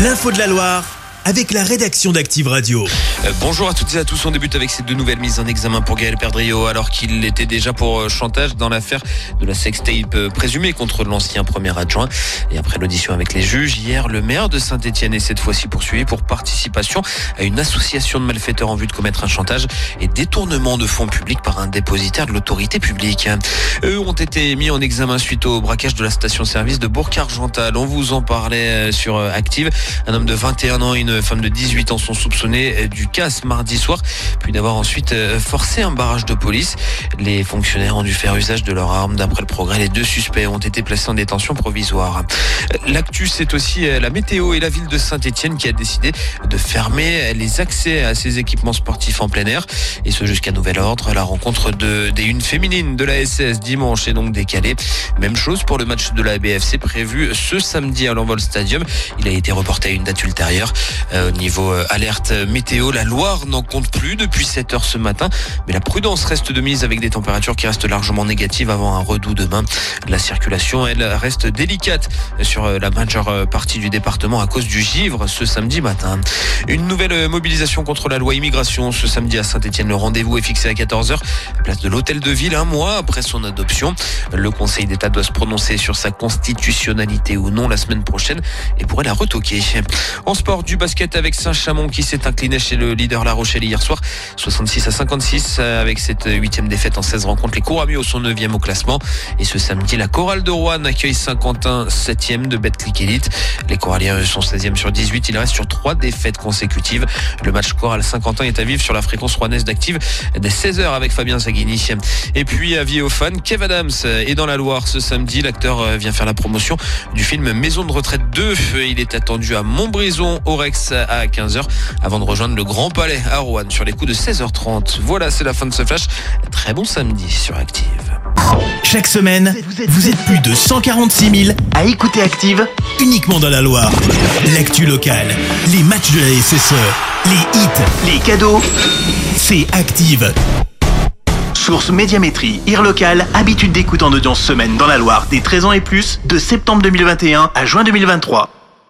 L'info de la Loire avec la rédaction d'Active Radio. Bonjour à toutes et à tous, on débute avec ces deux nouvelles mises en examen pour Gaël Perdriau, alors qu'il était déjà pour chantage dans l'affaire de la sextape présumée contre l'ancien premier adjoint. Et après l'audition avec les juges, hier, le maire de Saint-Etienne est cette fois-ci poursuivi pour participation à une association de malfaiteurs en vue de commettre un chantage et détournement de fonds publics par un dépositaire de l'autorité publique. Eux ont été mis en examen suite au braquage de la station-service de Bourg-Argental. On vous en parlait sur Active. Un homme de 21 ans et une femme de 18 ans sont soupçonnés du casse mardi soir, puis d'avoir ensuite forcé un barrage de police. Les fonctionnaires ont dû faire usage de leurs armes. D'après le Progrès, les deux suspects ont été placés en détention provisoire. L'actu, c'est aussi la météo et la ville de Saint-Etienne qui a décidé de fermer les accès à ces équipements sportifs en plein air. Et ce jusqu'à nouvel ordre. La rencontre des U féminines de la SS dimanche est donc décalée. Même chose pour le match de la BFC prévu ce samedi à l'Envol Stadium. Il a été reporté à une date ultérieure. Au niveau alerte météo, la Loire n'en compte plus depuis 7 heures ce matin. Mais la prudence reste de mise avec des températures qui restent largement négatives avant un redout demain. La circulation, elle, reste délicate sur la majeure partie du département à cause du givre ce samedi matin. Une nouvelle mobilisation contre la loi immigration ce samedi à Saint-Etienne. Le rendez-vous est fixé à 14h, place de l'Hôtel de Ville, un mois après son adoption. Le Conseil d'État doit se prononcer sur sa constitutionnalité ou non la semaine prochaine et pourrait la retoquer. En sport, du basket avec Saint-Chamond qui s'est incliné chez le leader La Rochelle hier soir, 66-56 avec cette 8e défaite en 16 rencontres. Les Couramuaux sont 9e au classement. Et ce samedi, la chorale de Roanne accueille Saint-Quentin 7e de Betclic Elite. Les Coralliens sont 16e sur 18. Il reste sur 3 défaites consécutives. Le match chorale Saint-Quentin est à vivre sur la fréquence rouennaise d'Active dès 16h avec Fabien Zaghini. Et puis, avis aux fans, Kev Adams est dans la Loire ce samedi. L'acteur vient faire la promotion du film Maison de retraite 2. Il est attendu à Montbrison au Rex à 15h avant de rejoindre le Grand Palais à Roanne sur les coups de 16h30. Voilà, c'est la fin de ce flash. Très bon samedi sur Active. Chaque semaine, vous êtes plus de 146 000 à écouter Active uniquement dans la Loire. L'actu locale, les matchs de la SSE, les hits, les cadeaux, c'est Active. Source Médiamétrie, IR local, habitude d'écoute en audience semaine dans la Loire des 13 ans et plus, de septembre 2021 à juin 2023.